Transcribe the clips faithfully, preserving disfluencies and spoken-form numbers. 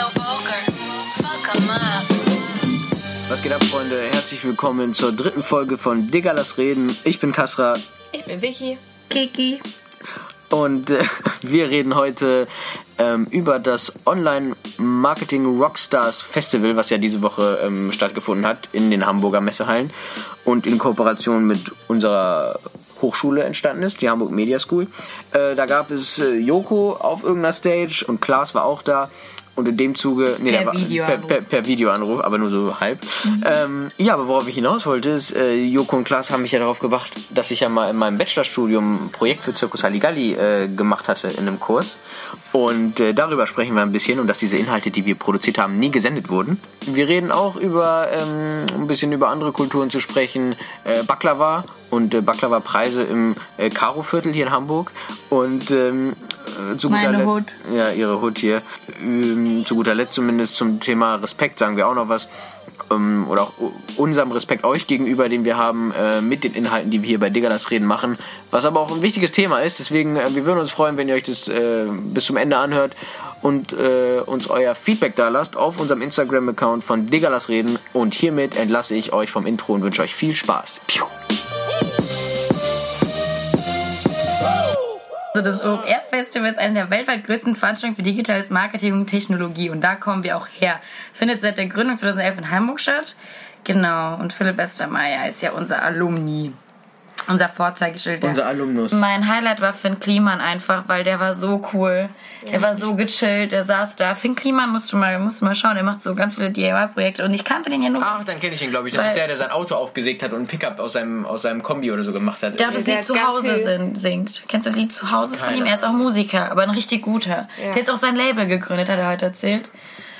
Was geht ab, Freunde? Herzlich willkommen zur dritten Folge von Digga, lass reden. Ich bin Kasra. Ich bin Vicky. Kiki. Und äh, wir reden heute ähm, über das Online-Marketing Rockstars Festival, was ja diese Woche ähm, stattgefunden hat in den Hamburger Messehallen und in Kooperation mit unserer Hochschule entstanden ist, die Hamburg Media School. Äh, da gab es äh, Joko auf irgendeiner Stage und Klaas war auch da. Und in dem Zuge... Nee, per, war, Videoanruf. Per, per, per Videoanruf, aber nur so halb. Mhm. Ähm, ja, aber worauf ich hinaus wollte, ist, äh, Joko und Klaas haben mich ja darauf gebracht, dass ich ja mal in meinem Bachelorstudium ein Projekt für Circus Halligalli äh, gemacht hatte in einem Kurs. Und äh, darüber sprechen wir ein bisschen und dass diese Inhalte, die wir produziert haben, nie gesendet wurden. Wir reden auch über ähm, ein bisschen über andere Kulturen zu sprechen. Äh, Baklava und äh, Baklava-Preise im äh, Karo-Viertel hier in Hamburg. Und ähm, zu guter Meine Letzt, Hut. Ja, ihre Hut hier. Ähm, zu guter Letzt zumindest zum Thema Respekt sagen wir auch noch was. Ähm, oder auch unserem Respekt euch gegenüber, den wir haben äh, mit den Inhalten, die wir hier bei Digga, lass reden machen. Was aber auch ein wichtiges Thema ist. Deswegen, äh, wir würden uns freuen, wenn ihr euch das äh, bis zum Ende anhört und äh, uns euer Feedback da lasst auf unserem Instagram-Account von Digga, lass reden. Und hiermit entlasse ich euch vom Intro und wünsche euch viel Spaß. Piu. Das O M R-Festival ist eine der weltweit größten Veranstaltungen für digitales Marketing und Technologie. Und da kommen wir auch her. Findet seit der Gründung zweitausendelf in Hamburg statt. Genau. Und Philipp Westermeier ist ja unser Alumni. Unser Vorzeigeschild. Unser Alumnus. Mein Highlight war Finn Kliman einfach, weil der war so cool. Der ja, war so gechillt, der saß da. Finn Kliman musst du mal, musst du mal schauen, der macht so ganz viele D I Y-Projekte und ich kannte den ja nur. Ach, dann kenne ich ihn, glaube ich. Das ist der, der sein Auto aufgesägt hat und ein Pickup aus seinem, aus seinem Kombi oder so gemacht hat. Der auch das Lied zu Hause sin- singt. Kennst du das Lied zu Hause von ihm? Er ist auch Musiker, aber ein richtig guter. Ja. Der hat jetzt auch sein Label gegründet, hat er heute erzählt.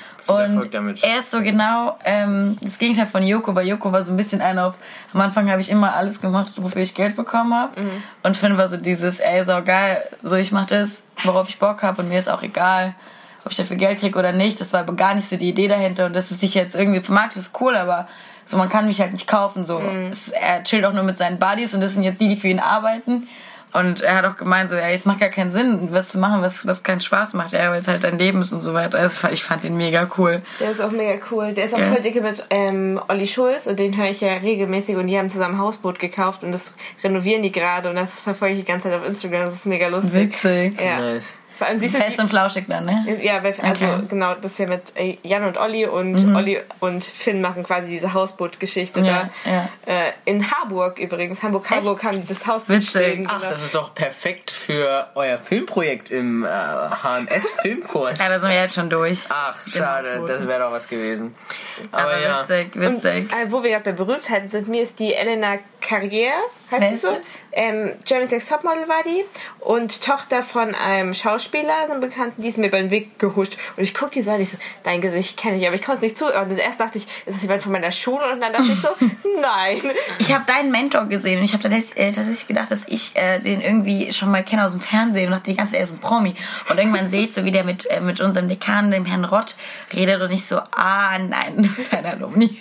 Und er ist so genau ähm, das Gegenteil von Joko, weil Joko war so ein bisschen einer auf, am Anfang habe ich immer alles gemacht, wofür ich Geld bekommen habe. Mhm. Und Finn war so dieses, ey, ist auch geil, so ich mach das, worauf ich Bock habe und mir ist auch egal, ob ich dafür Geld kriege oder nicht. Das war aber gar nicht so die Idee dahinter und dass es sich jetzt irgendwie vermarktet, ist cool, aber so man kann mich halt nicht kaufen. So. Mhm. Es, er chillt auch nur mit seinen Buddies und das sind jetzt die, die für ihn arbeiten. Und er hat auch gemeint, so, ey, es macht gar keinen Sinn, was zu machen, was, was keinen Spaß macht, ja, weil es halt dein Leben ist und so weiter. Also ich fand ihn mega cool. Der ist auch mega cool. Der ist auch ja. voll dicke mit ähm, Olli Schulz und den höre ich ja regelmäßig und die haben zusammen ein Hausboot gekauft und das renovieren die gerade und das verfolge ich die ganze Zeit auf Instagram, das ist mega lustig. Witzig. Ja. Nice. Vor allem siehst Fest du, und flauschig dann, ne? Ja, weil, also okay. genau, das ist ja mit Jan und Olli und mhm. Olli und Finn machen quasi diese Hausboot-Geschichte ja, da. Ja. Äh, in Harburg übrigens, Hamburg-Harburg haben dieses Hausboot Witzig. stehen. Ach, das ist doch perfekt für euer Filmprojekt im äh, H M S-Filmkurs. Ja, da sind wir jetzt schon durch. Ach, schade, das wäre doch was gewesen. Aber, Aber ja. witzig, witzig. Und, äh, wo wir gerade bei Berühmtheiten sind, mir ist die Elena Carrière, heißt Wer sie ist so? das? Ähm, Germany's Next Topmodel war die und Tochter von einem Schauspieler, einem Bekannten, die ist mir über den Weg gehuscht und ich guck die so an, ich so, dein Gesicht kenne ich, aber ich konnte es nicht zuordnen. Erst dachte ich, ist das jemand von meiner Schule und dann dachte ich so, nein. Ich habe deinen Mentor gesehen und ich habe tatsächlich, äh, tatsächlich gedacht, dass ich äh, den irgendwie schon mal kenne aus dem Fernsehen und dachte die ganze Zeit, er ist ein Promi. Und irgendwann sehe ich so, wie der mit, äh, mit unserem Dekan, dem Herrn Rott, redet und ich so, ah nein, du bist ein Alumni.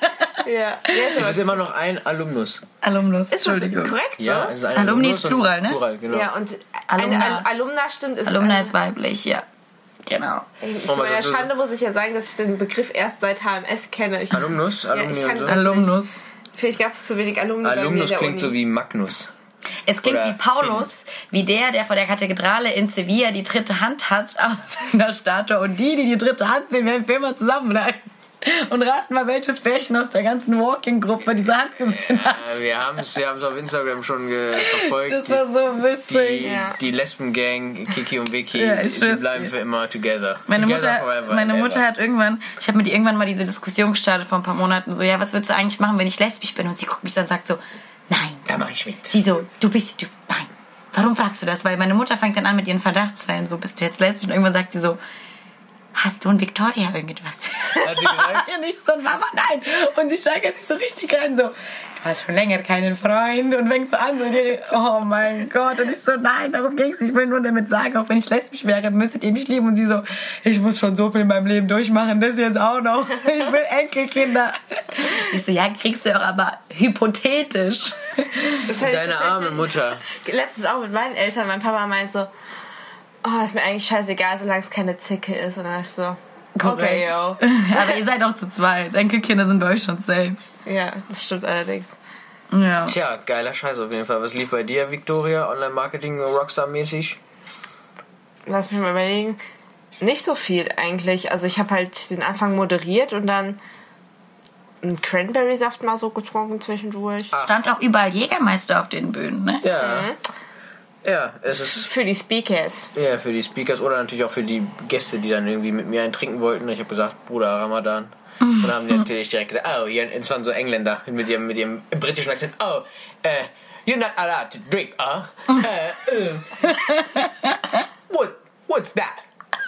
Ja. Es ist immer noch ein Alumnus. Alumnus, ist Entschuldigung. Das korrekt, so? Ja, es ist ein Alumni Alumnus ist Plural, ne? Plural, genau. Ja, und Alumna. eine Al- Alumna stimmt ist... Alumna ein, ist weiblich, ja. Genau. Ich, zu meiner Schande muss ich ja sagen, dass ich den Begriff erst seit H M S kenne. Ich, Alumnus? Alumni ja, ich und so? Alumnus. Vielleicht gab es zu wenig Alumni bei mir Alumnus in der klingt Uni. so wie Magnus. Es klingt Oder wie Paulus, wie der, der vor der Kathedrale in Sevilla die dritte Hand hat aus seiner Statue und die, die die dritte Hand sehen, werden für immer zusammenbleiben. Und raten mal, welches Pärchen aus der ganzen Walking-Gruppe diese Hand gesehen hat. Ja, wir haben es wir haben's auf Instagram schon ge- verfolgt. Das war so witzig. Die, ja. die Lesben-Gang, Kiki und Vicky, Ja, ich die, die bleiben dir. für immer together. Meine together Mutter, forever meine and Mutter ever. hat irgendwann, ich habe mit ihr irgendwann mal diese Diskussion gestartet vor ein paar Monaten, so, ja, was würdest du eigentlich machen, wenn ich lesbisch bin? Und sie guckt mich dann und sagt so, nein. Da mach ich mit. Sie so, du bist, du, nein. Warum fragst du das? Weil meine Mutter fängt dann an mit ihren Verdachtsfällen, so, bist du jetzt lesbisch? Und irgendwann sagt sie so, hast du und Victoria irgendwas? Hat sie gesagt? Ja, nicht so, Mama, nein. Und sie steigert sich so richtig rein, so, du hast schon länger keinen Freund und fängt so an, so, die, oh mein Gott. Und ich so, nein, darum ging's. Ich will nur damit sagen, auch wenn ich lesbisch wäre, müsstet ihr mich lieben. Und sie so, ich muss schon so viel in meinem Leben durchmachen, das jetzt auch noch. Ich will Enkelkinder. Ich so, ja, kriegst du auch, aber hypothetisch. Das heißt, Deine arme Mutter. Letztens auch mit meinen Eltern, mein Papa meint so, oh, ist mir eigentlich scheißegal, solange es keine Zicke ist. Und dann dachte ich so, Korrekt. Okay, yo. Aber ihr seid auch zu zweit. Enkelkinder sind bei euch schon safe. Ja, das stimmt allerdings. Ja. Tja, geiler Scheiß auf jeden Fall. Was lief bei dir, Victoria? Online-Marketing, Rockstar-mäßig? Lass mich mal überlegen. Nicht so viel eigentlich. Also ich habe halt den Anfang moderiert und dann einen Cranberry-Saft mal so getrunken zwischendurch. Ach. Stand auch überall Jägermeister auf den Bühnen, ne? Ja. Mhm. Ja, es ist... Für die Speakers. Ja, für die Speakers oder natürlich auch für die Gäste, die dann irgendwie mit mir einen trinken wollten. Ich habe gesagt, Bruder, Ramadan. Und dann haben die natürlich direkt gesagt, oh, es waren so Engländer mit ihrem, mit ihrem britischen Akzent. Oh, uh, you're not allowed to drink, huh? Uh, uh, what, what's that?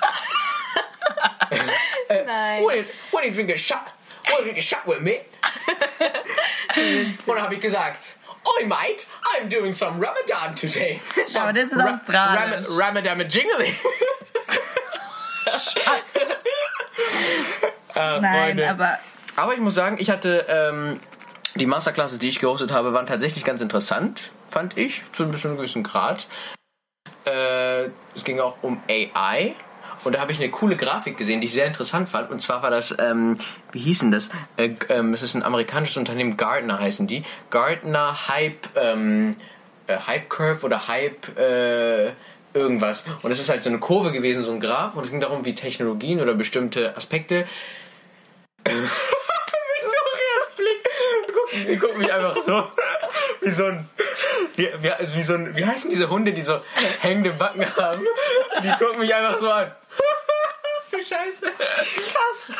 uh, Nein. Wanna, wanna drink a shot? Wanna drink a shot with me? Und dann habe ich gesagt... Oi, mate, I'm doing some Ramadan today. Some aber das ist Ra- australisch. Ram- Ramadan mit Jingling. äh, Nein, Freunde. aber... Aber ich muss sagen, ich hatte... Ähm, die Masterclasses, die ich gehostet habe, waren tatsächlich ganz interessant, fand ich, zu ein einem gewissen Grad. Äh, es ging auch um A I. Und da habe ich eine coole Grafik gesehen, die ich sehr interessant fand. Und zwar war das, ähm, wie hieß denn das? Äh, ähm, es ist ein amerikanisches Unternehmen, Gartner heißen die. Gartner Hype, ähm, äh, Hype Curve oder Hype, äh, irgendwas. Und es ist halt so eine Kurve gewesen, so ein Graph. Und es ging darum, wie Technologien oder bestimmte Aspekte... Sie gucken mich einfach so wie so ein wie, wie, also wie so ein wie heißen diese Hunde, die so hängende Backen haben? Die gucken mich einfach so an. Du Scheiße. Krass.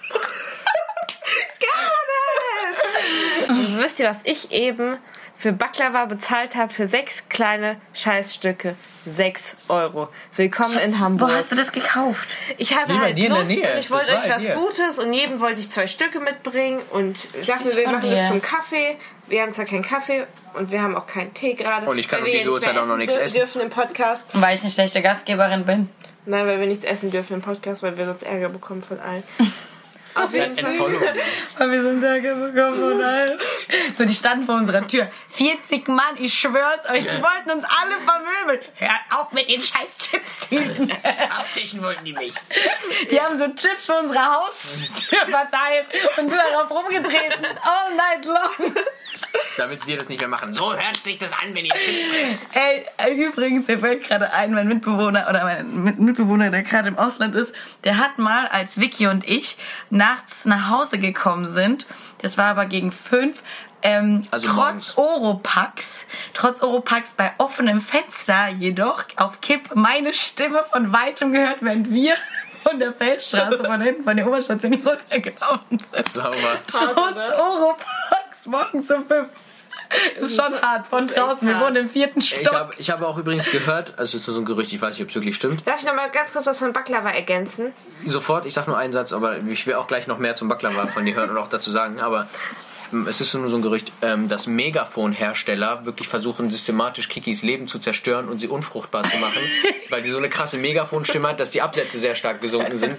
Gar nicht. Wisst ihr, was ich eben für Baklava bezahlt habe? Für sechs kleine Scheißstücke. Sechs Euro. Willkommen Schatz, in Hamburg. Wo hast du das gekauft? Ich hatte halt Lust und ich wollte euch was dir. Gutes und jedem wollte ich zwei Stücke mitbringen und ich dachte, wir machen dir. das zum Kaffee. Wir haben zwar keinen Kaffee und wir haben auch keinen Tee gerade. Und ich kann um diese Uhrzeit auch noch nichts essen. Dürfen im Podcast. Weil ich eine schlechte Gastgeberin bin. Nein, weil wir nichts essen dürfen im Podcast, weil wir sonst Ärger bekommen von allen. Auf jeden Fall. Weil wir sonst Ärger bekommen von allen. So, die standen vor unserer Tür. vierzig Mann, ich schwör's euch, die wollten uns alle vermöbeln. Hört auf mit den scheiß Chips-Tüten. Abstechen wollten die mich. Die haben so Chips für unsere Haustür verteilt und sind darauf rumgetreten. All night long. Damit wir das nicht mehr machen. So hört sich das an, wenn ihr Chips Ey, übrigens, mir fällt gerade ein, mein Mitbewohner, oder mein Mitbewohner, der gerade im Ausland ist, der hat mal, als Vicky und ich nachts nach Hause gekommen sind, das war aber gegen fünf, ähm, also trotz Oropax, trotz Oropax bei offenem Fenster jedoch auf Kipp meine Stimme von weitem gehört, während wir von der Feldstraße von hinten, von der Oberstation runtergelaufen sind. Sauber. Trotz Oropax, morgens um fünf. Ist schon hart, von draußen. Wir wohnen im vierten Stock. Ich habe, ich habe auch übrigens gehört, also es ist nur so ein Gerücht, ich weiß nicht, ob es wirklich stimmt. Darf ich noch mal ganz kurz was von Baklava ergänzen? Sofort, ich sag nur einen Satz, aber ich will auch gleich noch mehr zum Baklava von dir hören und auch dazu sagen, aber es ist nur so ein Gerücht, dass Megafon-Hersteller wirklich versuchen, systematisch Kikis Leben zu zerstören und sie unfruchtbar zu machen, weil die so eine krasse Megafonstimme hat, dass die Absätze sehr stark gesunken sind.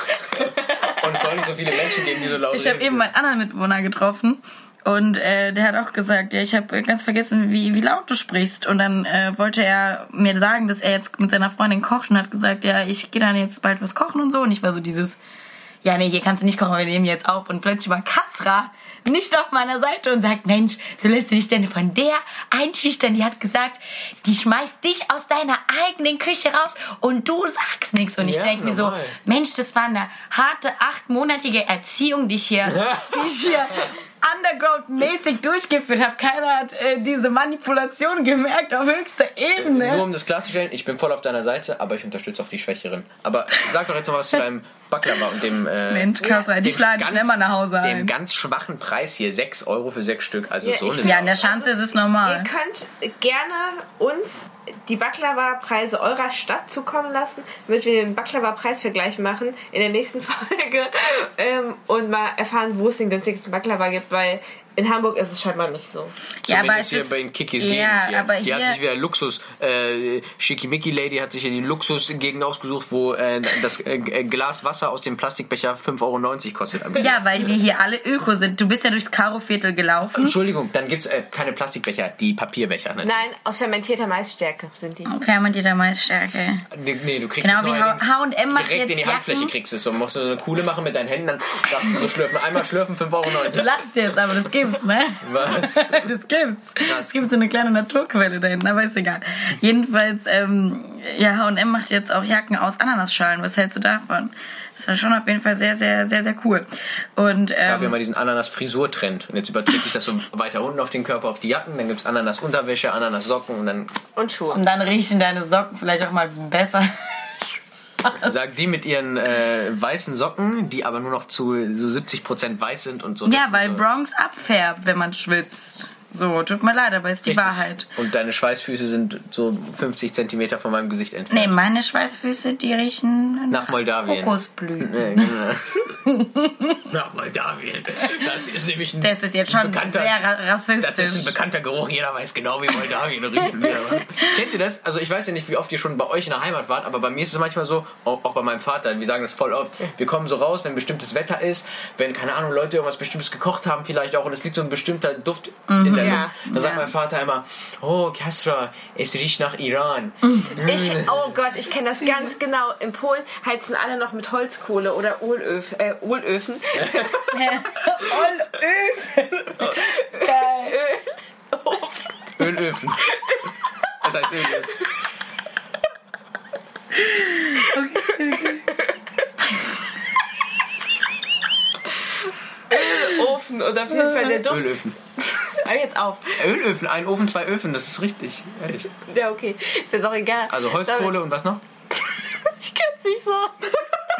Und es soll nicht so viele Menschen geben, die so laut Ich habe eben meinen anderen Mitbewohner getroffen. Und äh, der hat auch gesagt, ja, ich habe ganz vergessen, wie, wie laut du sprichst. Und dann äh, wollte er mir sagen, dass er jetzt mit seiner Freundin kocht und hat gesagt, ja, ich gehe dann jetzt bald was kochen und so. Und ich war so dieses, ja, nee, hier kannst du nicht kochen, wir nehmen jetzt auf. Und plötzlich war Kasra nicht auf meiner Seite und sagt, Mensch, so lässt du dich denn von der einschüchtern? Die hat gesagt, die schmeißt dich aus deiner eigenen Küche raus und du sagst nichts. Und ich ja, denke mir so, Mensch, das war eine harte achtmonatige Erziehung, die ich hier, die ich hier underground-mäßig durchgeführt habe. Keiner hat äh, diese Manipulation gemerkt auf höchster Ebene. Nur um das klarzustellen, ich bin voll auf deiner Seite, aber ich unterstütze auch die Schwächeren. Aber sag doch jetzt noch was zu deinem Baklava und dem äh, Mensch, Kasra, dich lade ich immer nach Hause ein. Dem ganz schwachen Preis hier, sechs Euro für sechs Stück. Also ja, so eine Ja, in der Schanze ist es normal. Ihr könnt gerne uns die Baklava-Preise eurer Stadt zukommen lassen, damit wir den Baklava-Preisvergleich machen in der nächsten Folge ähm, und mal erfahren, wo es den günstigsten Baklava gibt, weil In Hamburg ist es scheinbar nicht so. Ja, aber es hier ist, bei den Kikis ja, Gegend hier. Aber die hier hat sich wieder Luxus, äh, Schickimicki Lady hat sich hier die Luxusgegend ausgesucht, wo äh, das äh, Glas Wasser aus dem Plastikbecher fünf Euro neunzig kostet. Ja, weil wir hier alle Öko sind. Du bist ja durchs Karo-Viertel gelaufen. Entschuldigung, dann gibt's äh, keine Plastikbecher, die Papierbecher. Natürlich. Nein, aus fermentierter Maisstärke sind die. Fermentierter Maisstärke. Nee, nee, du kriegst genau, es wie H und M macht direkt jetzt in die Handfläche Jacken. kriegst du es so. Musst du so eine Kuhle machen mit deinen Händen, dann darfst du so schlürfen. Einmal schlürfen, fünf Euro neunzig. Du lachst jetzt, aber das gibt's, ne? Was? Das gibt's. Es gibt so eine kleine Naturquelle da hinten, aber ist egal. Jedenfalls, ähm, ja, H und M macht jetzt auch Jacken aus Ananasschalen. Was hältst du davon? Das war schon auf jeden Fall sehr, sehr, sehr, sehr cool. Und, ähm, es gab ja mal diesen Ananas-Frisur-Trend. Und jetzt überträgt sich das so weiter unten auf den Körper, auf die Jacken. Dann gibt's Ananas-Unterwäsche, Ananas-Socken und dann... Und Schuhe. Und dann riechen deine Socken vielleicht auch mal besser. Sagen die mit ihren äh, weißen Socken, die aber nur noch zu so siebzig Prozent weiß sind und so. Ja, weil Bronx abfärbt, wenn man schwitzt. So, tut mir leid, aber ist die Richtig. Wahrheit. Und deine Schweißfüße sind so fünfzig Zentimeter von meinem Gesicht entfernt. Nee, meine Schweißfüße, die riechen nach Moldawien. Kokosblüten. Nee, genau. Nach Moldawien. Das ist nämlich ein Das ist jetzt schon bekannter, sehr ra- rassistisch. Das ist ein bekannter Geruch. Jeder weiß genau, wie Moldawien riecht. Kennt ihr das? Also ich weiß ja nicht, wie oft ihr schon bei euch in der Heimat wart, aber bei mir ist es manchmal so, auch, auch bei meinem Vater, wir sagen das voll oft, wir kommen so raus, wenn bestimmtes Wetter ist, wenn, keine Ahnung, Leute irgendwas Bestimmtes gekocht haben vielleicht auch und es liegt so ein bestimmter Duft Mhm. in der Ja. Luft. Dann sagt Ja. mein Vater immer, oh Kasra, es riecht nach Iran. Ich, oh Gott, ich kenne das ganz genau. In Polen heizen alle noch mit Holzkohle oder Ölöf, äh, Ölöfen. Ölöfen. Geil. Ölöfen. Das heißt Ölöfen. Ölofen und auf jeden Fall der Duft. Ölöfen. Ah, jetzt auf. Ölöfen, ein Ofen, zwei Öfen, das ist richtig. Ehrlich. Ja, okay. Ist jetzt auch egal. Also Holzkohle und was noch? Ich kann es nicht sagen.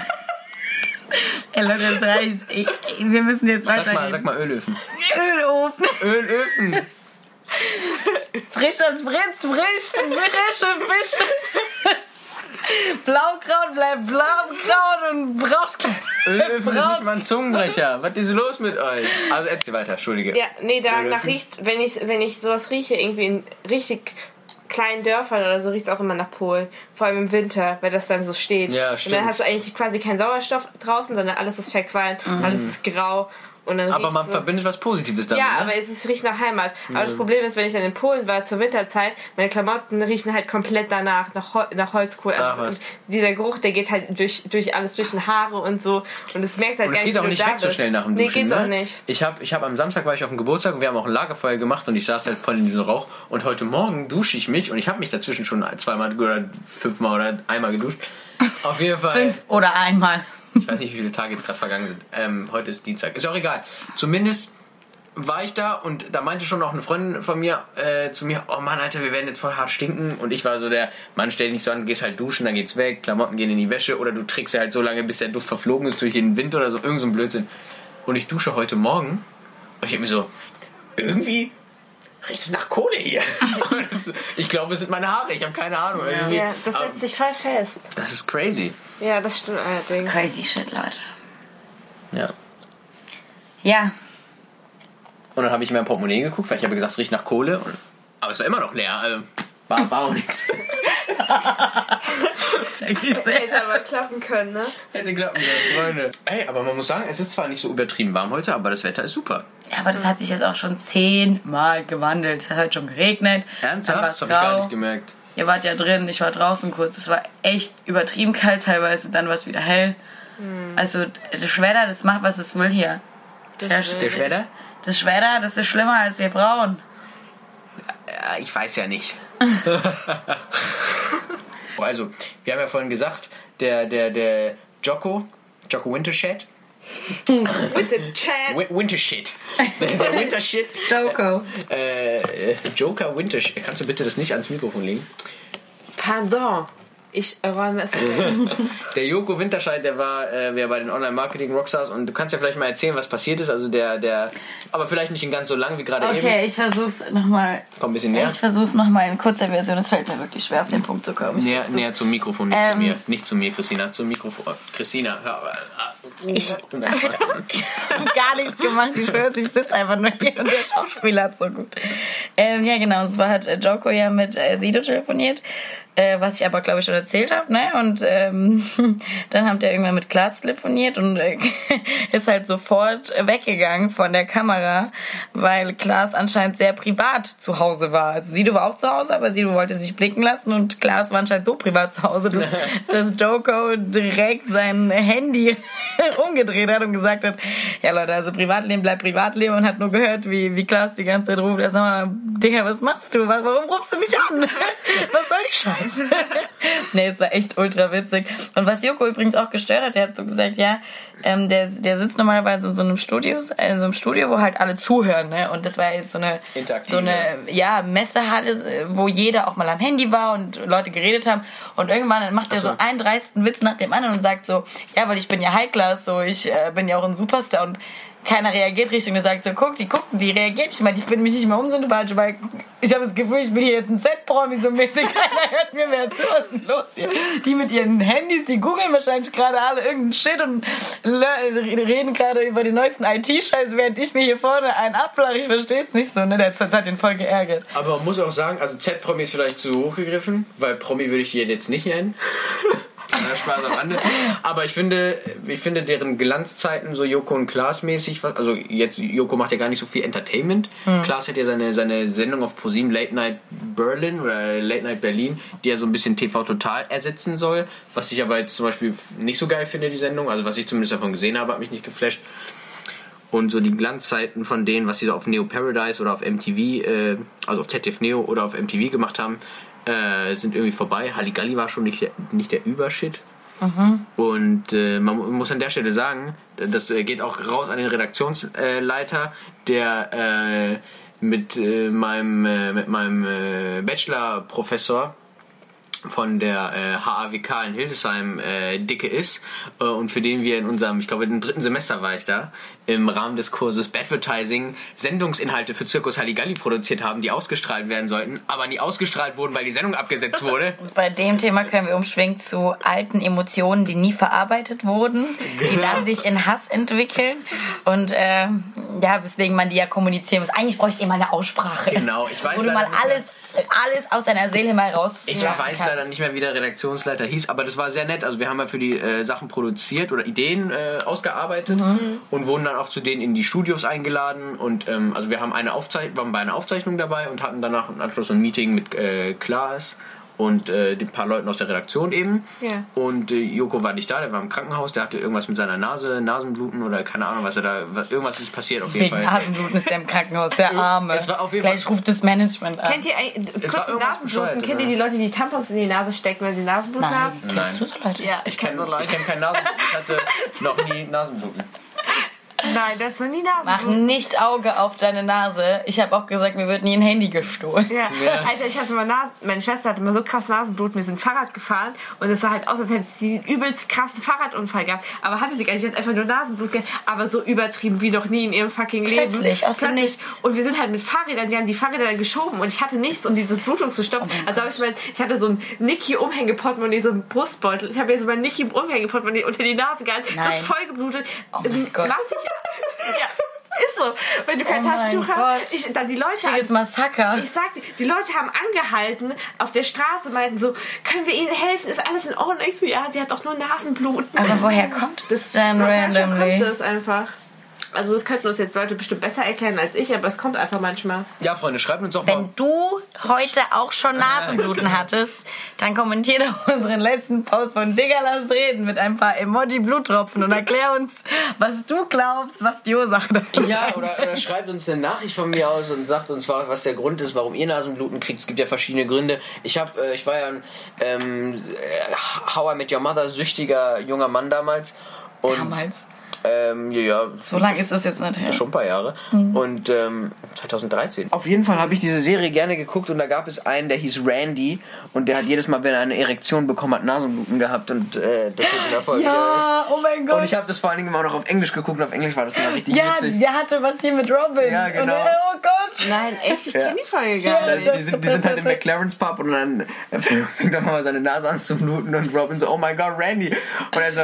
Ey Leute, das reicht. Ich, ich, wir müssen jetzt Sag mal, weitergehen. sag mal Ölöfen. Ölofen. Ölöfen. Frisches Fritz, frisch, frische Fische. Blaukraut bleibt Blaukraut und Brautkraut. Ölöfen ist nicht mal ein Zungenbrecher. Was ist los mit euch? Also erzähl weiter, entschuldige. Ja, nee, danach Ölöfen. riecht's, wenn ich, wenn ich sowas rieche, irgendwie in richtig kleinen Dörfern oder so, riecht es auch immer nach Polen. Vor allem im Winter, weil das dann so steht. Ja, und stimmt. dann hast du eigentlich quasi keinen Sauerstoff draußen, sondern alles ist verqualmt, mhm. alles ist grau. Und dann Aber man so. verbindet was Positives damit. Ja, ne? aber es ist, riecht nach Heimat. Aber das Problem ist, wenn ich dann in Polen war zur Winterzeit, meine Klamotten riechen halt komplett danach, nach, Hol- nach Holzkohle. Ach, Also, was. und dieser Geruch, der geht halt durch, durch alles, durch die Haare und so. Und das merkst halt Und gar es nicht, geht auch wie nicht du da weg so bist. schnell nach dem Nee, Duschen. geht's ne? auch nicht. Ich habe ich hab am Samstag war ich auf dem Geburtstag und wir haben auch ein Lagerfeuer gemacht und ich saß halt voll in diesem Rauch. Und heute Morgen dusche ich mich und ich habe mich dazwischen schon zweimal oder fünfmal oder einmal geduscht. Auf jeden Fall. Fünf oder einmal. Ich weiß nicht, wie viele Tage jetzt gerade vergangen sind. Ähm, heute ist Dienstag. Ist auch egal. Zumindest war ich da und da meinte schon noch eine Freundin von mir äh, zu mir, oh Mann, Alter, wir werden jetzt voll hart stinken. Und ich war so der, Mann, stell dich nicht so an, gehst halt duschen, dann geht's weg, Klamotten gehen in die Wäsche oder du trägst ja halt so lange, bis der Duft verflogen ist durch den Wind oder so, irgend so ein Blödsinn. Und ich dusche heute Morgen und ich hab mir so, irgendwie riecht es nach Kohle hier. Ich glaube, es sind meine Haare, ich habe keine Ahnung. Irgendwie. Ja, das Aber setzt sich voll fest. das ist crazy. Ja, das stimmt allerdings. Crazy shit, Leute. Ja. Ja. Und dann habe ich in mein Portemonnaie geguckt, weil ich habe gesagt, es riecht nach Kohle. Und, aber es war immer noch leer. Also war, war auch nichts. Das hätte aber klappen können, ne? Hätte klappen können, Freunde. Ey, aber man muss sagen, es ist zwar nicht so übertrieben warm heute, aber das Wetter ist super. Ja, aber das hat sich jetzt auch schon zehnmal gewandelt. Es hat heute schon geregnet. Ernsthaft? Dann Das war's habe ich gar grau. nicht gemerkt. Ihr wart ja drin, ich war draußen kurz. Es war echt übertrieben kalt teilweise, dann war es wieder hell. Hm. Also das Wetter, das macht, was es will hier. Das Der, ist- Der Schwedder? Das Wetter, das ist schlimmer als wir Frauen. Ja, ich weiß ja nicht. Also, wir haben ja vorhin gesagt, der, der, der Jocko, Jocko Wintershit. With the chat. Win- Wintershit. Der, der Wintershit. Joko. Äh, äh, Joker Wintershit. Kannst du bitte das nicht ans Mikrofon legen? Pardon. Ich räume es. Der Joko Winterscheid, der war äh, wer bei den Online-Marketing-Rockstars und du kannst ja vielleicht mal erzählen, was passiert ist. Also der, der, aber vielleicht nicht in ganz so lang wie gerade eben. Okay, ich versuch's nochmal. Komm ein bisschen näher. Ich versuch's nochmal in kurzer Version. Es fällt mir wirklich schwer, auf den Punkt zu kommen. Ich Näher, versuch's. näher zum Mikrofon, nicht Ähm. zu mir. Nicht zu mir, Christina, zum Mikrofon. Christina, hör, Ich, ich habe gar nichts gemacht, ich schwöre, ich sitze einfach nur hier und der Schauspieler hat so gut. Ähm, ja, genau, es war, hat äh, Joko ja mit äh, Sido telefoniert, äh, was ich aber, glaube ich, schon erzählt habe, ne? Und ähm, dann hat er irgendwann mit Klaas telefoniert und äh, ist halt sofort weggegangen von der Kamera, weil Klaas anscheinend sehr privat zu Hause war. Also Sido war auch zu Hause, aber Sido wollte sich blicken lassen und Klaas war anscheinend so privat zu Hause, dass, dass Joko direkt sein Handy umgedreht hat und gesagt hat, ja Leute, also Privatleben bleibt Privatleben, und hat nur gehört, wie, wie Klaas die ganze Zeit ruft, er sag mal, Digga, was machst du? Warum rufst du mich an? Was soll die Scheiße? Nee, es war echt ultra witzig. Und was Joko übrigens auch gestört hat, der hat so gesagt, ja, ähm, der, der sitzt normalerweise in so einem Studio, in so einem Studio, wo halt alle zuhören, ne? Und das war jetzt so eine, so eine, ja, Messehalle, wo jeder auch mal am Handy war und Leute geredet haben, und irgendwann macht er so einen dreisten Witz nach dem anderen und sagt so, ja, weil ich bin ja High Class, so, ich äh, bin ja auch ein Superstar, und keiner reagiert richtig, und er sagt so, guck, die gucken, die reagieren nicht mal, die finden mich nicht mal unsympathisch, weil ich habe das Gefühl, ich bin hier jetzt ein Set-Promi so mäßig, keiner hört mir mehr zu, was ist denn los hier? Die mit ihren Handys, die googeln wahrscheinlich gerade alle irgendeinen Shit und reden gerade über den neuesten I T-Scheiß, während ich mir hier vorne einen abflache, ich verstehe es nicht so, ne, der hat den voll geärgert. Aber man muss auch sagen, also Z-Promi ist vielleicht zu hoch gegriffen, weil Promi würde ich hier jetzt nicht nennen. Ja, Spaß am Rande. Aber ich finde, ich finde deren Glanzzeiten so Joko und Klaas mäßig, was, also jetzt Joko macht ja gar nicht so viel Entertainment. Mhm. Klaas hat ja seine, seine Sendung auf ProSieben Late Night Berlin oder Late Night Berlin, die ja so ein bisschen T V Total ersetzen soll. Was ich aber jetzt zum Beispiel nicht so geil finde, die Sendung. Also was ich zumindest davon gesehen habe, hat mich nicht geflasht. Und so die Glanzzeiten von denen, was sie so auf Neo Paradise oder auf M T V, äh, also auf Z D F Neo oder auf M T V gemacht haben, Äh, sind irgendwie vorbei. Halligalli war schon nicht der, nicht der Übershit. Mhm. Und äh, man muss an der Stelle sagen, das geht auch raus an den Redaktionsleiter, der äh, mit, äh, meinem, äh, mit meinem äh, Bachelor-Professor von der äh, H A W K in Hildesheim äh, dicke ist äh, und für den wir in unserem, ich glaube im dritten Semester war ich da, im Rahmen des Kurses Badvertising Sendungsinhalte für Zirkus Halligalli produziert haben, die ausgestrahlt werden sollten, aber nie ausgestrahlt wurden, weil die Sendung abgesetzt wurde. Und bei dem Thema können wir umschwenken zu alten Emotionen, die nie verarbeitet wurden, die genau. dann sich in Hass entwickeln und äh, ja, weswegen man die ja kommunizieren muss. Eigentlich bräuchte ich immer eine Aussprache. Genau, ich weiß wo du mal alles alles aus deiner Seele mal raus. Ich weiß kannst. leider nicht mehr, wie der Redaktionsleiter hieß, aber das war sehr nett. Also wir haben ja für die äh, Sachen produziert oder Ideen äh, ausgearbeitet mhm. und wurden dann auch zu denen in die Studios eingeladen. Und ähm, also wir haben eine Aufzeichnung, waren bei einer Aufzeichnung dabei und hatten danach im Anschluss ein Meeting mit äh, Klaas und äh, ein paar Leuten aus der Redaktion eben. Ja. Und äh, Joko war nicht da, der war im Krankenhaus, der hatte irgendwas mit seiner Nase, Nasenbluten oder keine Ahnung, was er da, was, irgendwas ist passiert auf jeden Wegen Fall. Nasenbluten ist der im Krankenhaus, der Arme. Es war auf jeden Gleich Fall ruft das Management an. Kennt ihr kurz Nasenbluten? Kennt ihr die Leute, die Tampons in die Nase stecken, wenn sie Nasenbluten Nein. haben? Nein. Kennst du so Leute? Ja, ich, ich kenne so Leute. Ich kenne keinen Nasenbluten, ich hatte noch nie Nasenbluten. Nein, das ist noch nie Nasenbluten. Mach nicht Auge auf deine Nase. Ich habe auch gesagt, mir wird nie ein Handy gestohlen. Ja. Ja. Alter, ich hatte mal Nasen, meine Schwester hatte immer so krass Nasenbluten. Wir sind Fahrrad gefahren und es sah halt aus, als hätte sie einen übelst krassen Fahrradunfall gehabt. Aber hatte sie gar nicht. Sie hat einfach nur Nasenblut gehabt, aber so übertrieben wie noch nie in ihrem fucking Leben. Plötzlich, aus dem Nichts. Und wir sind halt mit Fahrrädern, die haben die Fahrräder dann geschoben und ich hatte nichts, um dieses Blutung zu stoppen. Oh also habe ich mein, ich hatte so ein Niki-Umhängeportemonnaie, so ein Brustbeutel. Ich habe mir so mein Niki-Umhängeportemonnaie unter die Nase gehalten. Das ist voll geblutet. Oh mein Gott. Ja, ist so. Wenn du kein oh Taschentuch hast, ich, dann die Leute... Richtiges Massaker. Ich sag dir, die Leute haben angehalten auf der Straße, meinten so, können wir ihnen helfen? Ist alles in Ordnung? Ich so, ja, sie hat doch nur Nasenbluten. Aber woher kommt das denn randomly? Kommt das einfach. Also das könnten uns jetzt Leute bestimmt besser erklären als ich, aber es kommt einfach manchmal. Ja, Freunde, schreibt uns doch mal. Wenn du heute auch schon Nasenbluten hattest, dann kommentier doch unseren letzten Post von Digga, lass reden mit ein paar Emoji-Bluttropfen und erklär uns, was du glaubst, was die Ursache dafür ist. Ja, oder, oder schreibt uns eine Nachricht von mir aus und sagt uns, was der Grund ist, warum ihr Nasenbluten kriegt. Es gibt ja verschiedene Gründe. Ich hab, ich war ja ein ähm, How I Met Your Mother süchtiger junger Mann damals. Und damals? Ähm, ja, ja. So lange ist das jetzt nicht her. Schon ein paar Jahre. Mhm. Und ähm, zwanzig dreizehn. Auf jeden Fall habe ich diese Serie gerne geguckt und da gab es einen, der hieß Randy und der hat jedes Mal, wenn er eine Erektion bekommen hat, Nasenbluten gehabt und äh, das wird in der Folge. Ja, oh mein Gott. Und ich habe das vor allen Dingen immer noch auf Englisch geguckt und auf Englisch war das immer richtig ja, witzig. Ja, der hatte was hier mit Robin. Ja, genau. Und, oh Gott. Nein, echt, ich ja. kenne die Folge gar ja, nicht. Die sind, die sind halt im McLaren's Pub und dann fängt auf einmal seine Nase an zu bluten und Robin so, oh mein Gott, Randy. Und er so,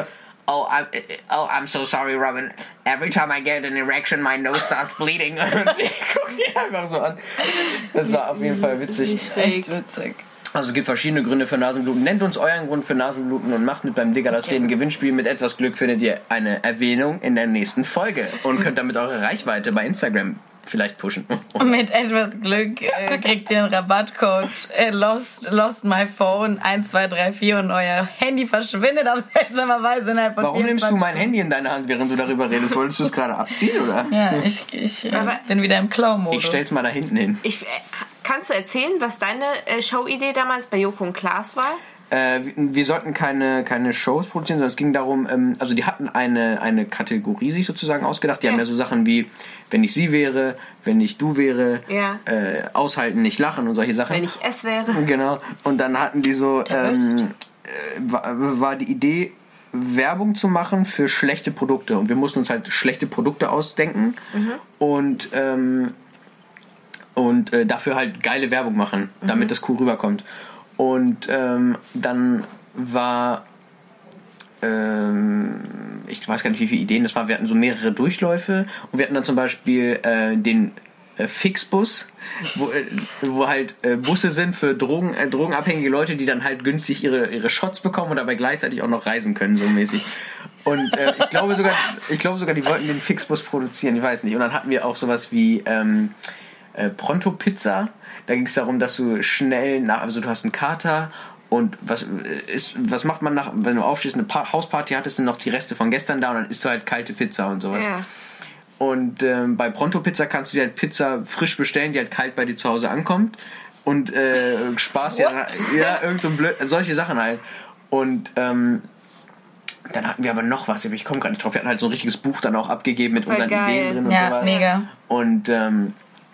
oh, I'm, oh, I'm so sorry, Robin. Every time I get an erection, my nose starts bleeding. Und sie guckt ihn einfach so an. Das war auf jeden Fall witzig. Echt witzig. Also es gibt verschiedene Gründe für Nasenbluten. Nennt uns euren Grund für Nasenbluten und macht mit beim Digga das Reden Gewinnspiel. Mit etwas Glück findet ihr eine Erwähnung in der nächsten Folge und könnt damit eure Reichweite bei Instagram vielleicht pushen. Und mit etwas Glück äh, kriegt ihr einen Rabattcode äh, Lost, Lost My Phone eins zwei drei vier und euer Handy verschwindet auf seltsame Weise innerhalb von Warum nimmst du mein Handy in deine Hand, während du darüber redest? Wolltest du es gerade abziehen, oder? Ja, ich, ich äh, bin wieder im Klau-Modus. Ich stell's mal da hinten hin. Ich, äh, kannst du erzählen, was deine äh, Show-Idee damals bei Joko und Klaas war? Äh, wir sollten keine, keine Shows produzieren, sondern es ging darum, ähm, also die hatten eine, eine Kategorie sich sozusagen ausgedacht. Die ja. haben ja so Sachen wie, wenn ich sie wäre, wenn ich du wäre, ja. äh, aushalten, nicht lachen und solche Sachen. Wenn ich es wäre. Genau. Und dann hatten die so, ähm, äh, war, war die Idee, Werbung zu machen für schlechte Produkte. Und wir mussten uns halt schlechte Produkte ausdenken mhm. und, ähm, und äh, dafür halt geile Werbung machen, damit mhm. das cool rüberkommt. Und ähm, dann war, ähm, ich weiß gar nicht, wie viele Ideen das waren, wir hatten so mehrere Durchläufe und wir hatten dann zum Beispiel äh, den äh, Fixbus, wo, äh, wo halt äh, Busse sind für Drogen, äh, drogenabhängige Leute, die dann halt günstig ihre, ihre Shots bekommen und dabei gleichzeitig auch noch reisen können, so mäßig. Und äh, ich glaube sogar, ich glaube sogar, die wollten den Fixbus produzieren, ich weiß nicht. Und dann hatten wir auch sowas wie ähm, äh, Pronto Pizza. Da ging es darum, dass du schnell nach, also du hast einen Kater und was ist, was macht man nach, wenn du aufstehst, eine pa- Hausparty hattest, sind noch die Reste von gestern da und dann isst du halt kalte Pizza und sowas. Ja. Und ähm, bei Pronto Pizza kannst du dir halt Pizza frisch bestellen, die halt kalt bei dir zu Hause ankommt und äh, sparst dir dann, ja, irgend so ein blöd, solche Sachen halt. Und ähm, dann hatten wir aber noch was, ich komme gerade nicht drauf, wir hatten halt so ein richtiges Buch dann auch abgegeben mit Voll unseren geil. Ideen drin und ja, sowas. Mega. Und ähm,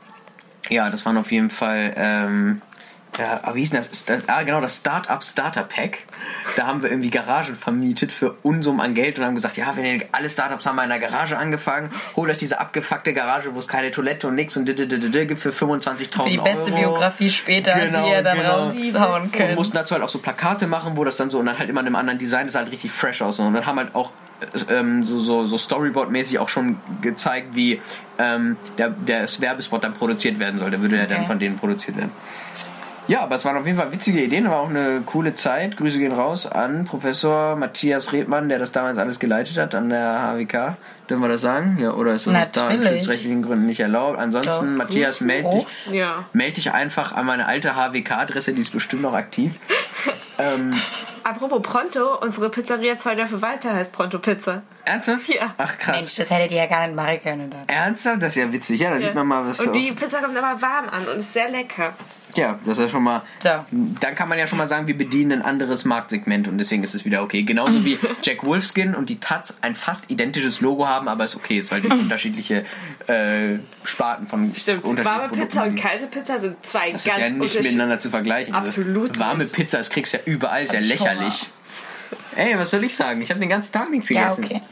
ja, das waren auf jeden Fall, ähm, ja, aber wie hieß denn das? Ah, genau, das Startup Starter Pack. Da haben wir irgendwie Garagen vermietet für Unsummen an Geld und haben gesagt, ja, wenn ihr alle Startups haben mal in der Garage angefangen, holt euch diese abgefuckte Garage, wo es keine Toilette und nix und dididididid gibt für fünfundzwanzigtausend Euro. Für die beste Euro. Biografie später, genau, die ihr dann genau. raushauen könnt. Und mussten dazu halt auch so Plakate machen, wo das dann so, und dann halt immer in einem anderen Design, das halt richtig fresh aussah. Und dann haben halt auch ähm, so, so, so Storyboard-mäßig auch schon gezeigt, wie ähm, der, der Werbespot dann produziert werden soll. Der würde ja okay. dann von denen produziert werden. Ja, aber es waren auf jeden Fall witzige Ideen, war auch eine coole Zeit. Grüße gehen raus an Professor Matthias Redmann, der das damals alles geleitet hat an der H W K. Dürfen wir das sagen? Ja, oder ist das aus datenschutzrechtlichen Gründen nicht erlaubt? Ansonsten, Doch. Matthias, melde dich, ja. meld dich einfach an meine alte H W K-Adresse, die ist bestimmt noch aktiv. ähm, Apropos Pronto, unsere Pizzeria zwei Dörfer weiter heißt Pronto Pizza. Ernsthaft? Ja. Ach krass. Mensch, das hättet ihr ja gar nicht machen können. Dann. Ernsthaft? Das ist ja witzig. Ja, da ja. sieht man mal, was Und die Pizza kommt immer warm an und ist sehr lecker. Ja, das ist ja schon mal... So. Dann kann man ja schon mal sagen, wir bedienen ein anderes Marktsegment und deswegen ist es wieder okay. Genauso wie Jack Wolfskin und die Taz ein fast identisches Logo haben, aber ist okay, ist, weil die unterschiedliche äh, Sparten von Stimmt, warme Pizza und kalte Pizza sind zwei das ganz ist ja nicht miteinander zu vergleichen. Absolut also, warme nicht. Pizza, das kriegst du ja überall, ist ja lächerlich. Ey, was soll ich sagen? Ich habe den ganzen Tag nichts gegessen. Ja, okay.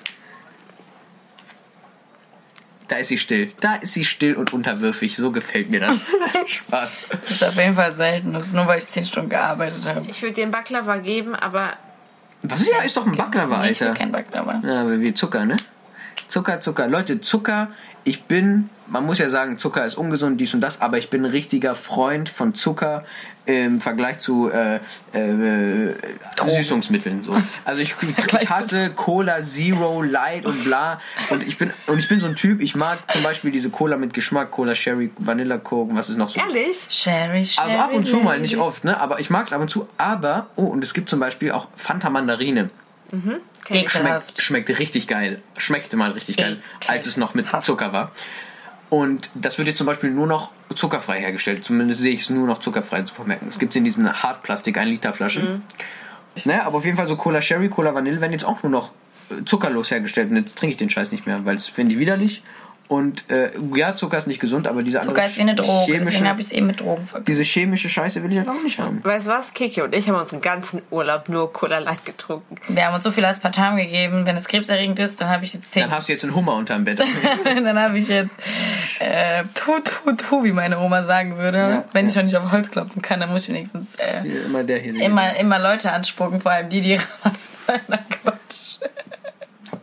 Da ist sie still. Da ist sie still und unterwürfig. So gefällt mir das. Spaß. Das ist auf jeden Fall selten. Das ist nur, weil ich zehn Stunden gearbeitet habe. Ich würde dir einen Baklava geben, aber... Was ist ja? Ist doch ein Baklava, Alter. Ich will kein Baklava. Ja, aber wie Zucker, ne? Zucker, Zucker. Leute, Zucker. Ich bin... Man muss ja sagen, Zucker ist ungesund, dies und das, aber ich bin ein richtiger Freund von Zucker im Vergleich zu äh, äh, Süßungsmitteln. So. Also ich, ich hasse Cola Zero, Light und bla. Und ich bin und ich bin so ein Typ, ich mag zum Beispiel diese Cola mit Geschmack, Cola Sherry, Vanilla Coke, was ist noch so? Ehrlich? Sherry, Sherry. Also ab und zu mal, nicht oft, ne? Aber ich mag es ab und zu. Aber, oh, und es gibt zum Beispiel auch Fanta Mandarine. Mhm. Schmeckt, schmeckt richtig geil. Schmeckte mal richtig geil, als es noch mit Zucker war. Und das wird jetzt zum Beispiel nur noch zuckerfrei hergestellt. Zumindest sehe ich es nur noch zuckerfrei in Supermärkten. Es gibt es in diesen Hartplastik ein Liter Flaschen. Mhm. Naja, aber auf jeden Fall so Cola Sherry, Cola Vanille werden jetzt auch nur noch zuckerlos hergestellt. Und jetzt trinke ich den Scheiß nicht mehr, weil es finde ich widerlich. Und äh, ja, Zucker ist nicht gesund, aber diese Zucker andere ist wie eine Droge, chemische, deswegen habe ich es eben mit Drogen verglichen. Diese chemische Scheiße will ich halt auch nicht haben. Weißt du was? Kiki und ich haben uns den ganzen Urlaub nur Cola Light getrunken. Wir haben uns so viel Aspartam gegeben. Wenn es krebserregend ist, dann habe ich jetzt zehn. Dann hast du jetzt einen Hummer unterm Bett. Dann habe ich jetzt äh, tu, tu, tu, wie meine Oma sagen würde. Ja, Wenn ja. ich schon nicht auf Holz klopfen kann, dann muss ich wenigstens äh, immer, der hier immer, immer Leute anspucken, vor allem die, die Quatsch.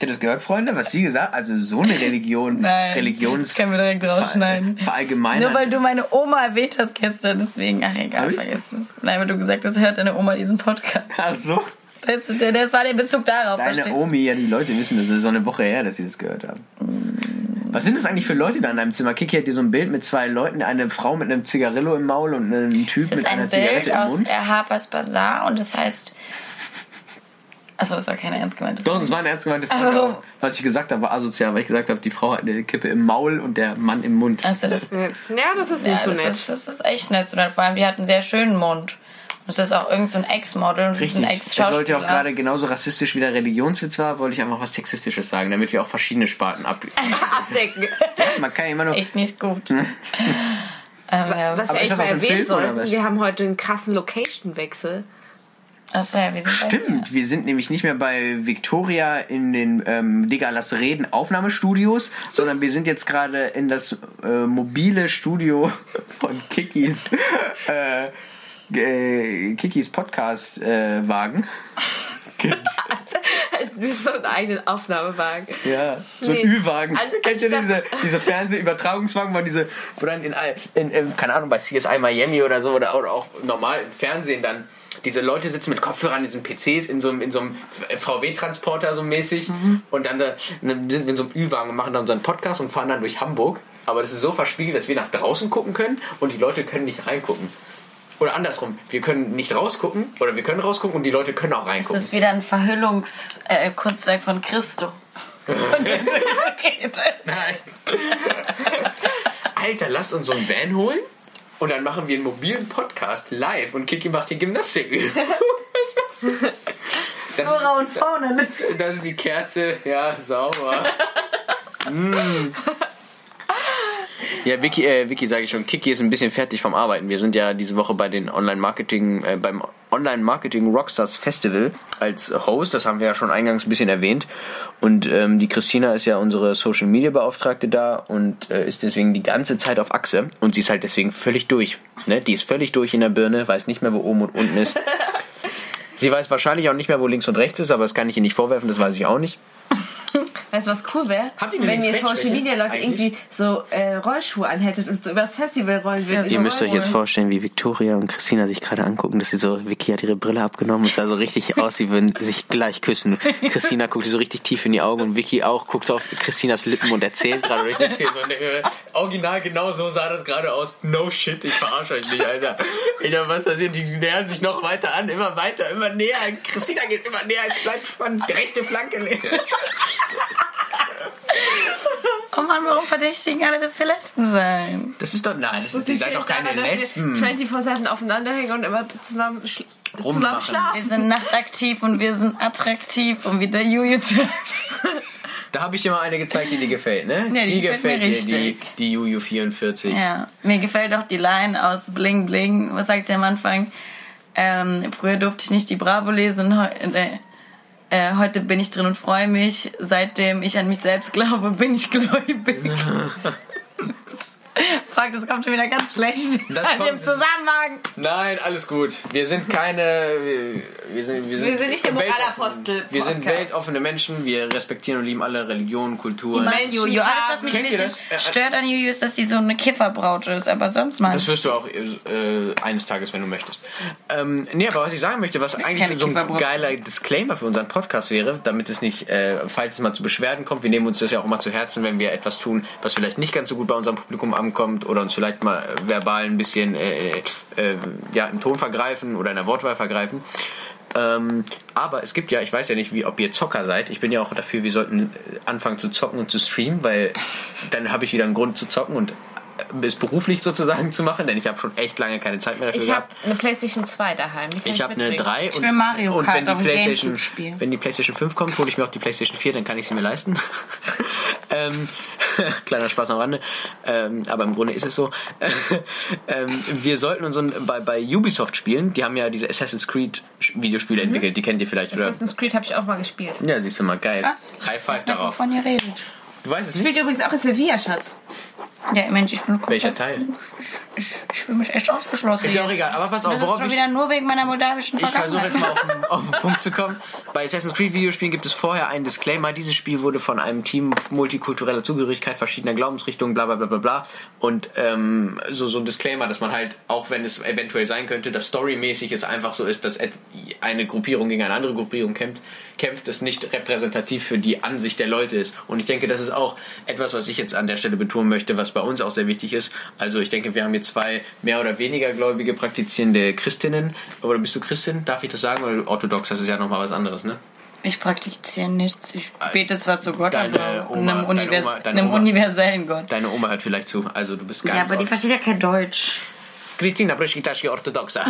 ihr das gehört, Freunde? Was sie gesagt hat? Also so eine Religion, Nein, Religions... das können wir direkt rausschneiden. Verallgemeinern. Nur weil du meine Oma erwähnt hast gestern, deswegen, ach egal, vergiss es. Nein, weil du gesagt hast, hört deine Oma diesen Podcast. Ach so. Das, das war der Bezug darauf. Deine Omi, ja, die Leute wissen, das ist so eine Woche her, dass sie das gehört haben. Mm. Was sind das eigentlich für Leute da in deinem Zimmer? Kiki hat dir so ein Bild mit zwei Leuten, eine Frau mit einem Zigarillo im Maul und einem Typ mit einer Zigarette im Mund. Das ist ein Bild aus Harper's Bazaar und das heißt... Achso, das war keine ernst gemeinte Frage. Doch, das war eine ernst gemeinte Frage. Aber was ich gesagt habe, war asozial, weil ich gesagt habe, die Frau hat eine Kippe im Maul und der Mann im Mund. Achso, das... Ja, das ist nicht ja, so das nett. Ist, das ist echt nett. Und vor allem, die hat einen sehr schönen Mund. Das ist auch irgend so ein Ex-Model und Richtig. ein Ex-Schauspieler. Es sollte auch gerade genauso rassistisch wie der Religionswitz war, wollte ich einfach was Sexistisches sagen, damit wir auch verschiedene Sparten ab abdecken. Ja, man kann ja immer nur... Echt nicht gut. Hm? ähm, ja. Was aber wir echt mal erwähnen Film, sollten, wir haben heute einen krassen Location-Wechsel. Achso, ja, wir sind bei Stimmt, wir sind nämlich nicht mehr bei Victoria in den ähm, Digga, lass reden Aufnahmestudios, sondern wir sind jetzt gerade in das äh, mobile Studio von Kikis äh, äh, Kikis Podcast-Wagen. Äh, Wir so einen eigenen Aufnahmewagen. Ja, so ein nee. Ü-Wagen. Also, kennt ihr diese, diese Fernsehübertragungswagen, wo diese, wo dann in, in, in, keine Ahnung, bei C S I Miami oder so, oder, oder auch normal im Fernsehen dann diese Leute sitzen mit Kopfhörern an diesen P Cs in so einem, in so einem V W-Transporter so mäßig mhm. und dann, dann sind wir in so einem Ü-Wagen und machen dann unseren Podcast und fahren dann durch Hamburg. Aber das ist so verspiegelt, dass wir nach draußen gucken können und die Leute können nicht reingucken. Oder andersrum, wir können nicht rausgucken oder wir können rausgucken und die Leute können auch reingucken. Das ist wieder ein Verhüllungskunstwerk äh, von Christo. Alter, lasst uns so einen Van holen und dann machen wir einen mobilen Podcast live und Kiki macht die Gymnastik. Das, Flora und Fauna. Das ist die Kerze, ja, sauber. mm. Ja, Vicky, äh, Vicky sage ich schon, Kiki ist ein bisschen fertig vom Arbeiten. Wir sind ja diese Woche bei den Online-Marketing, äh, beim Online-Marketing Rockstars Festival als Host. Das haben wir ja schon eingangs ein bisschen erwähnt. Und ähm, die Christina ist ja unsere Social-Media-Beauftragte da und äh, ist deswegen die ganze Zeit auf Achse. Und sie ist halt deswegen völlig durch. Ne? Die ist völlig durch in der Birne, weiß nicht mehr, wo oben und unten ist. Sie weiß wahrscheinlich auch nicht mehr, wo links und rechts ist, aber das kann ich ihr nicht vorwerfen, das weiß ich auch nicht. Weißt du, was cool wäre? Wenn ihr Social Media Leute irgendwie so äh, Rollschuhe anhättet und so übers Festival rollen würdet. Ihr müsst euch jetzt vorstellen, wie Victoria und Christina sich gerade angucken, dass sie so, Vicky hat ihre Brille abgenommen und es sah so richtig aus, sie würden sich gleich küssen. Christina guckt so richtig tief in die Augen und Vicky auch guckt auf Christinas Lippen und erzählt gerade. Und ich erzähle so, äh, original genau so sah das gerade aus. No shit, ich verarsche euch nicht, Alter. Alter, was passiert? Die nähern sich noch weiter an, immer weiter, immer näher. Christina geht immer näher, es bleibt spannend. Rechte Flanke leer. Oh Mann, warum verdächtigen alle, dass wir Lesben sein? Das ist doch, nein, das ist, ihr seid doch keine Lesben. vierundzwanzig sieben aufeinander hängen und immer zusammen, sch- zusammen schlafen. Wir sind nachtaktiv und wir sind attraktiv und wie der Juju zu. Da habe ich dir mal eine gezeigt, die dir gefällt, ne? Ja, die, die gefällt, gefällt mir dir, die, die Juju vierundvierzig. Ja, mir gefällt auch die Line aus Bling Bling. Was sagt sie am Anfang? Ähm, früher durfte ich nicht die Bravo lesen, heu- äh, Äh, heute bin ich drin und freue mich. Seitdem ich an mich selbst glaube, bin ich gläubig. Fuck, das kommt schon wieder ganz schlecht das an dem Zusammenhang. Nein, alles gut. Wir sind keine... Wir, wir, sind, wir, sind, wir sind nicht der Moralapostel. Wir sind weltoffene Menschen. Wir respektieren und lieben alle Religionen, Kulturen. Ich meine, Juju, alles, was mich ein bisschen stört an Juju, ist, dass sie so eine Kifferbraut ist. Aber sonst mal. Das wirst du auch äh, eines Tages, wenn du möchtest. Ähm, nee, aber was ich sagen möchte, was eigentlich so ein geiler Disclaimer für unseren Podcast wäre, damit es nicht, äh, falls es mal zu Beschwerden kommt, wir nehmen uns das ja auch immer zu Herzen, wenn wir etwas tun, was vielleicht nicht ganz so gut bei unserem Publikum ankommt oder uns vielleicht mal verbal ein bisschen äh, äh, ja, im Ton vergreifen oder in der Wortwahl vergreifen. Ähm, aber es gibt ja, ich weiß ja nicht, wie, ob ihr Zocker seid. Ich bin ja auch dafür, wir sollten anfangen zu zocken und zu streamen, weil dann habe ich wieder einen Grund zu zocken und es beruflich sozusagen zu machen, denn ich habe schon echt lange keine Zeit mehr dafür ich gehabt. Ich habe eine PlayStation zwei daheim. Die ich habe eine drei und, Mario und Kart wenn, die PlayStation, wenn die PlayStation fünf kommt, hole ich mir auch die PlayStation vier, dann kann ich sie mir leisten. ähm, kleiner Spaß am Rande. Ähm, aber im Grunde ist es so. ähm, wir sollten uns bei, bei Ubisoft spielen. Die haben ja diese Assassin's Creed Videospiele mhm. entwickelt. Die kennt ihr vielleicht, oder? Assassin's Creed habe ich auch mal gespielt. Ja, siehst du mal, geil. Krass. High Five ich weiß darauf. Nicht, wovon ihr redet. Du weißt es nicht? Spielt übrigens auch in Sevilla, Schatz. Ja, Mensch, ich bin Welcher Teil? Ich, ich fühle mich echt ausgeschlossen. Ist ja auch egal, aber pass auf, das worauf ist schon wieder nur wegen meiner moldawischen Ich versuche jetzt mal auf den, auf den Punkt zu kommen. Bei Assassin's Creed Videospielen gibt es vorher einen Disclaimer. Dieses Spiel wurde von einem Team multikultureller Zugehörigkeit, verschiedener Glaubensrichtungen, bla bla bla bla bla. Und ähm, so, so ein Disclaimer, dass man halt, auch wenn es eventuell sein könnte, dass storymäßig es einfach so ist, dass eine Gruppierung gegen eine andere Gruppierung kämpft, kämpft, es nicht repräsentativ für die Ansicht der Leute ist. Und ich denke, das ist auch etwas, was ich jetzt an der Stelle betonen möchte, was bei uns auch sehr wichtig ist. Also ich denke, wir haben hier zwei mehr oder weniger gläubige, praktizierende Christinnen. Oder bist du Christin? Darf ich das sagen? Oder orthodox? Das ist ja nochmal was anderes, ne? Ich praktiziere nichts. Ich bete zwar zu Gott, deine aber Oma, einem, Univers- Oma, deine einem Oma, universellen Gott. Deine Oma hört vielleicht zu. Also du bist ganz... Ja, aber die versteht ja kein Deutsch. Kristina Brischkitaschki orthodoxa.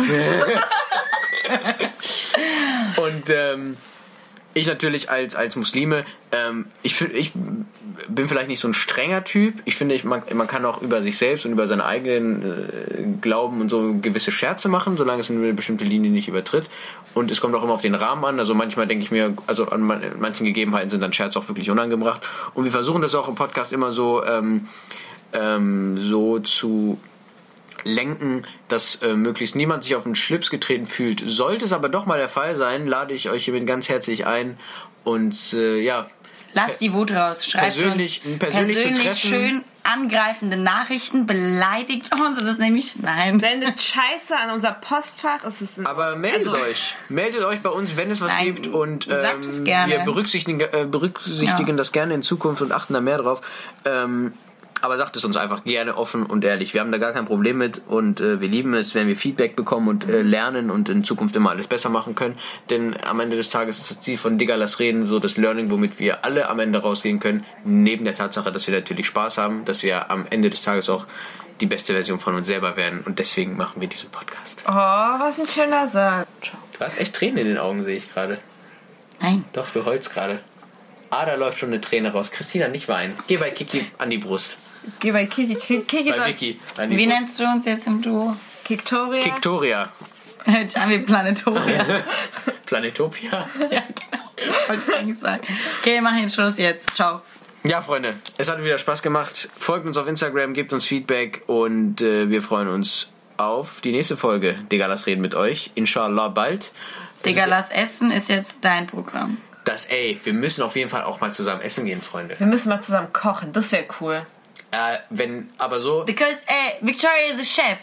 Und ähm, ich natürlich als, als Muslime, ähm, ich, ich bin vielleicht nicht so ein strenger Typ. Ich finde, ich, man, man kann auch über sich selbst und über seinen eigenen äh, Glauben und so gewisse Scherze machen, solange es eine bestimmte Linie nicht übertritt. Und es kommt auch immer auf den Rahmen an. Also manchmal denke ich mir, also an manchen Gegebenheiten sind dann Scherze auch wirklich unangebracht. Und wir versuchen das auch im Podcast immer so, ähm, ähm, so zu lenken, dass äh, möglichst niemand sich auf den Schlips getreten fühlt. Sollte es aber doch mal der Fall sein, lade ich euch hiermit ganz herzlich ein und äh, ja. Lasst die Wut raus, schreibt persönlich, uns persönlich, persönlich schön angreifende Nachrichten, beleidigt uns, das ist nämlich, nein. Sendet Scheiße an unser Postfach. Es ist aber meldet also, euch, meldet euch bei uns, wenn es was nein, gibt und ähm, es gerne. wir berücksichtigen, äh, berücksichtigen ja. das gerne in Zukunft und achten da mehr drauf. Ähm, Aber sagt es uns einfach gerne offen und ehrlich. Wir haben da gar kein Problem mit und äh, wir lieben es, wenn wir Feedback bekommen und äh, lernen und in Zukunft immer alles besser machen können. Denn am Ende des Tages ist das Ziel von Digga, lass reden so das Learning, womit wir alle am Ende rausgehen können. Neben der Tatsache, dass wir natürlich Spaß haben, dass wir am Ende des Tages auch die beste Version von uns selber werden. Und deswegen machen wir diesen Podcast. Oh, was ein schöner Satz. Du hast echt Tränen in den Augen, sehe ich gerade. Nein. Doch, du heulst gerade. Ah, da läuft schon eine Träne raus. Christina, nicht weinen. Geh bei Kiki an die Brust. Geh bei Kiki. Kiki bei Vicky an die Wie Brust. nennst du uns jetzt im Duo? Kiktoria. Kiktoria. Hört sich an wie Planetoria. Planetopia. Ja, genau. Wollte ich eigentlich sagen. Okay, wir machen jetzt Schluss jetzt. Ciao. Ja, Freunde, es hat wieder Spaß gemacht. Folgt uns auf Instagram, gebt uns Feedback und äh, wir freuen uns auf die nächste Folge. Digga, lass reden mit euch. Inshallah bald. Digga, lass essen ist jetzt dein Programm. Das, ey, wir müssen auf jeden Fall auch mal zusammen essen gehen, Freunde. Wir müssen mal zusammen kochen, das wäre cool. Äh, wenn, aber so... Because, äh, Victoria is a chef.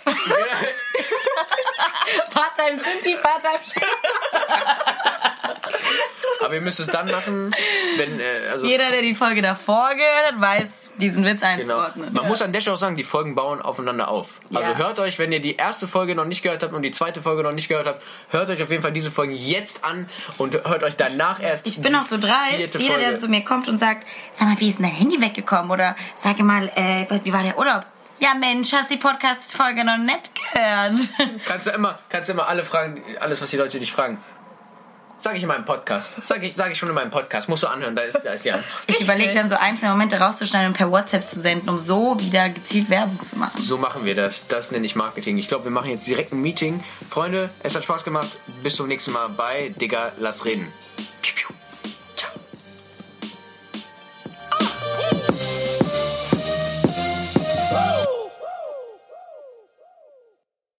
Part-time Sinti, Part-time Chef. Aber ihr müsst es dann machen, wenn... Äh, also jeder, der die Folge davor gehört hat, weiß, diesen Witz einzuordnen. Genau. Man ja. muss an der Stelle auch sagen, die Folgen bauen aufeinander auf. Also ja. hört euch, wenn ihr die erste Folge noch nicht gehört habt und die zweite Folge noch nicht gehört habt, hört euch auf jeden Fall diese Folgen jetzt an und hört euch danach erst Ich bin auch so dreist, jeder, Folge. der zu mir kommt und sagt, sag mal, wie ist denn dein Handy weggekommen? Oder sag mal, äh, wie war der Urlaub? Ja, Mensch, hast die Podcast-Folge noch nicht gehört? Kannst du immer, kannst du immer alle fragen, alles, was die Leute dich fragen. Sag ich in meinem Podcast. Sag ich, sag ich schon in meinem Podcast. Musst du anhören, da ist, da ist Jan. Ich überlege dann so einzelne Momente rauszuschneiden und per WhatsApp zu senden, um so wieder gezielt Werbung zu machen. So machen wir das. Das nenne ich Marketing. Ich glaube, wir machen jetzt direkt ein Meeting. Freunde, es hat Spaß gemacht. Bis zum nächsten Mal bei Digga, lass reden.